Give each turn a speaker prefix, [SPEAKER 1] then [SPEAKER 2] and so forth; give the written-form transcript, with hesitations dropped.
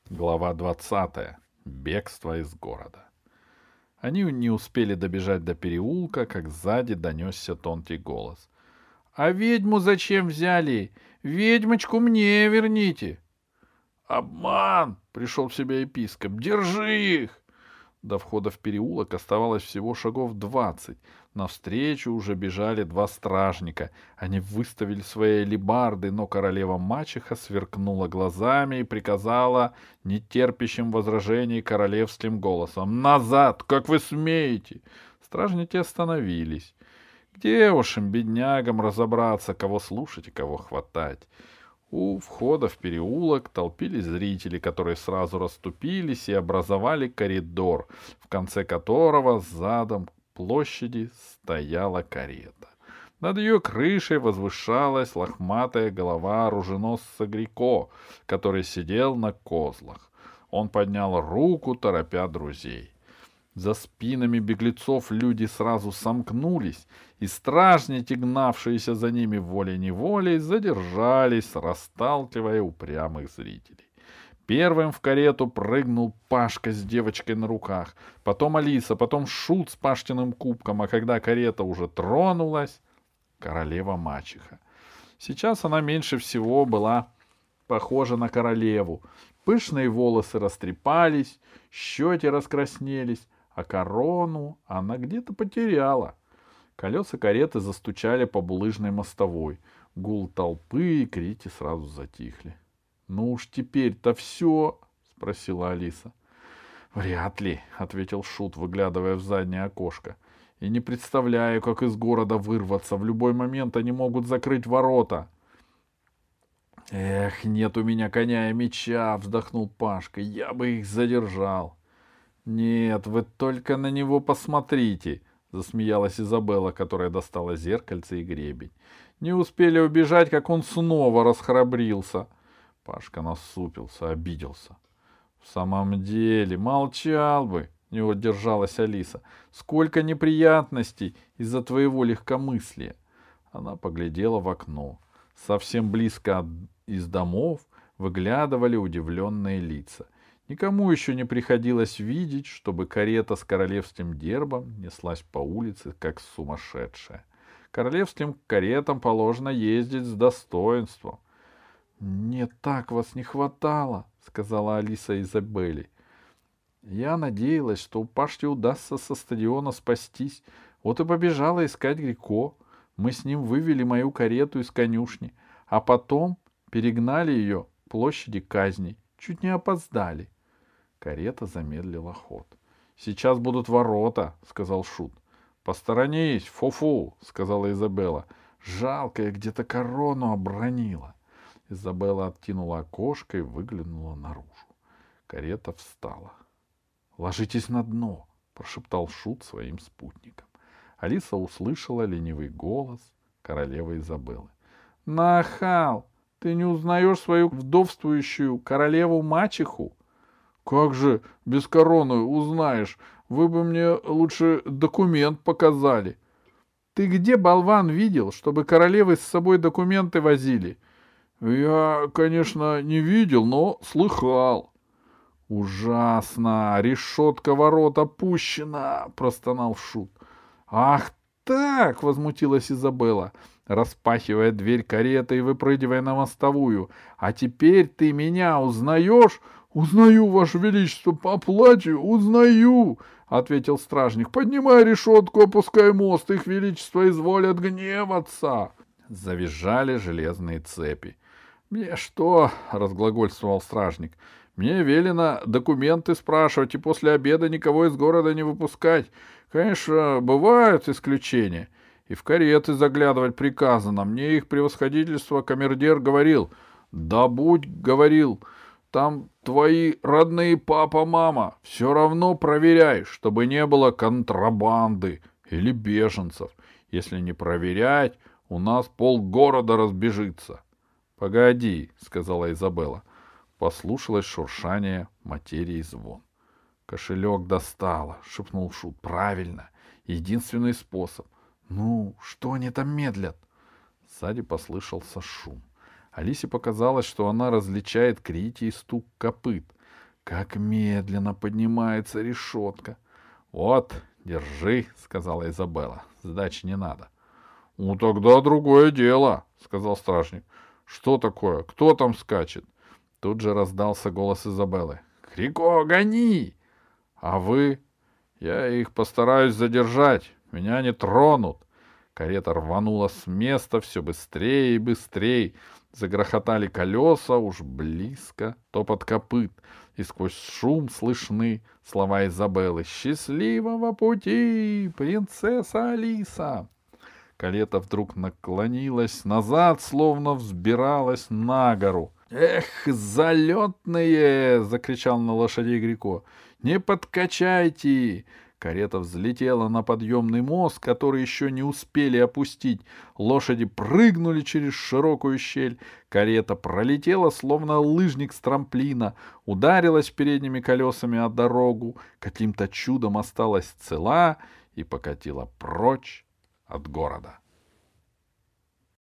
[SPEAKER 1] Глава 20. Бегство из города. Они не успели добежать до переулка, как сзади донесся тонкий голос. — А ведьму зачем взяли? Ведьмочку мне верните! — Обман! — пришел в себя епископ. — Держи их! До входа в переулок оставалось всего шагов 20. Навстречу уже бежали два стражника. Они выставили свои алебарды, но королева-мачеха сверкнула глазами и приказала нетерпящим возражений королевским голосом: «Назад! Как вы смеете!» Стражники остановились. Где уж им, беднягам, разобраться, кого слушать и кого хватать? У входа в переулок толпились зрители, которые сразу расступились и образовали коридор, в конце которого задом к площади стояла карета. Над ее крышей возвышалась лохматая голова оруженосца Грико, который сидел на козлах. Он поднял руку, торопя друзей. За спинами беглецов люди сразу сомкнулись, и стражники, гнавшиеся за ними волей-неволей, задержались, расталкивая упрямых зрителей. Первым в карету прыгнул Пашка с девочкой на руках, потом Алиса, потом Шут с Пашкиным кубком, а когда карета уже тронулась, королева-мачеха. Сейчас она меньше всего была похожа на королеву. Пышные волосы растрепались, щеки раскраснелись, а корону она где-то потеряла. Колеса кареты застучали по булыжной мостовой. Гул толпы и крики сразу затихли. — Ну уж теперь-то все? — спросила Алиса. — Вряд ли, — ответил Шут, выглядывая в заднее окошко. — И не представляю, как из города вырваться. В любой момент они могут закрыть ворота. — Эх, нет у меня коня и меча, — вздохнул Пашка. — Я бы их задержал. — Нет, вы только на него посмотрите, — засмеялась Изабелла, которая достала зеркальце и гребень. Не успели убежать, как он снова расхрабрился. Пашка насупился, обиделся. — В самом деле, молчал бы, — не удержалась Алиса. — Сколько неприятностей из-за твоего легкомыслия. Она поглядела в окно. Совсем близко из домов выглядывали удивленные лица. Никому еще не приходилось видеть, чтобы карета с королевским гербом неслась по улице, как сумасшедшая. Королевским каретам положено ездить с достоинством. — Мне так вас не хватало, — сказала Алиса Изабелле. — Я надеялась, что у Пашки удастся со стадиона спастись. Вот и побежала искать Грико. Мы с ним вывели мою карету из конюшни, а потом перегнали ее к площади казней. Чуть не опоздали. Карета замедлила ход. — Сейчас будут ворота, — сказал Шут. — Посторонись, фу-фу, — сказала Изабелла. — Жалко, я где-то корону обронила. Изабелла откинула окошко и выглянула наружу. Карета встала. — Ложитесь на дно, — прошептал Шут своим спутникам. Алиса услышала ленивый голос королевы Изабеллы. — Нахал! Ты не узнаешь свою вдовствующую королеву-мачеху? — Как же без короны узнаешь? Вы бы мне лучше документ показали. — Ты где, болван, видел, чтобы королевы с собой документы возили? — Я, конечно, не видел, но слыхал. — Ужасно! Решетка ворот опущена! — простонал Шут. — Ах так! — возмутилась Изабелла, распахивая дверь кареты и выпрыгивая на мостовую. — А теперь ты меня узнаешь? — Узнаю, Ваше Величество, по платью узнаю! — ответил стражник. — Поднимай решетку, опускай мост, их Величество изволят гневаться! Завизжали железные цепи. — Мне что? — разглагольствовал стражник. — Мне велено документы спрашивать и после обеда никого из города не выпускать. Конечно, бывают исключения. И в кареты заглядывать приказано. Мне их превосходительство камердинер говорил. Да будь, говорил, там твои родные папа, мама. Все равно проверяй, чтобы не было контрабанды или беженцев. Если не проверять, у нас полгорода разбежится. — Погоди, — сказала Изабелла. Послушалось шуршание материи и звон. — Кошелек достала, — шепнул Шут. — Правильно. Единственный способ. — Ну, что они там медлят? Сзади послышался шум. Алисе показалось, что она различает крики и стук копыт. Как медленно поднимается решетка. — Вот, держи, — сказала Изабелла. — Сдачи не надо. — Ну, тогда другое дело, — сказал стражник. — Что такое? Кто там скачет? Тут же раздался голос Изабеллы. — Крико, гони! — А вы? — Я их постараюсь задержать. Меня не тронут. Карета рванула с места все быстрее и быстрее. Загрохотали колеса уж близко, топот копыт, и сквозь шум слышны слова Изабеллы: «Счастливого пути, принцесса Алиса!» Карета вдруг наклонилась назад, словно взбиралась на гору. «Эх, залетные!» — закричал на лошадей Грико. «Не подкачайте!» Карета взлетела на подъемный мост, который еще не успели опустить. Лошади прыгнули через широкую щель. Карета пролетела, словно лыжник с трамплина, ударилась передними колесами о дорогу, каким-то чудом осталась цела и покатила прочь от города.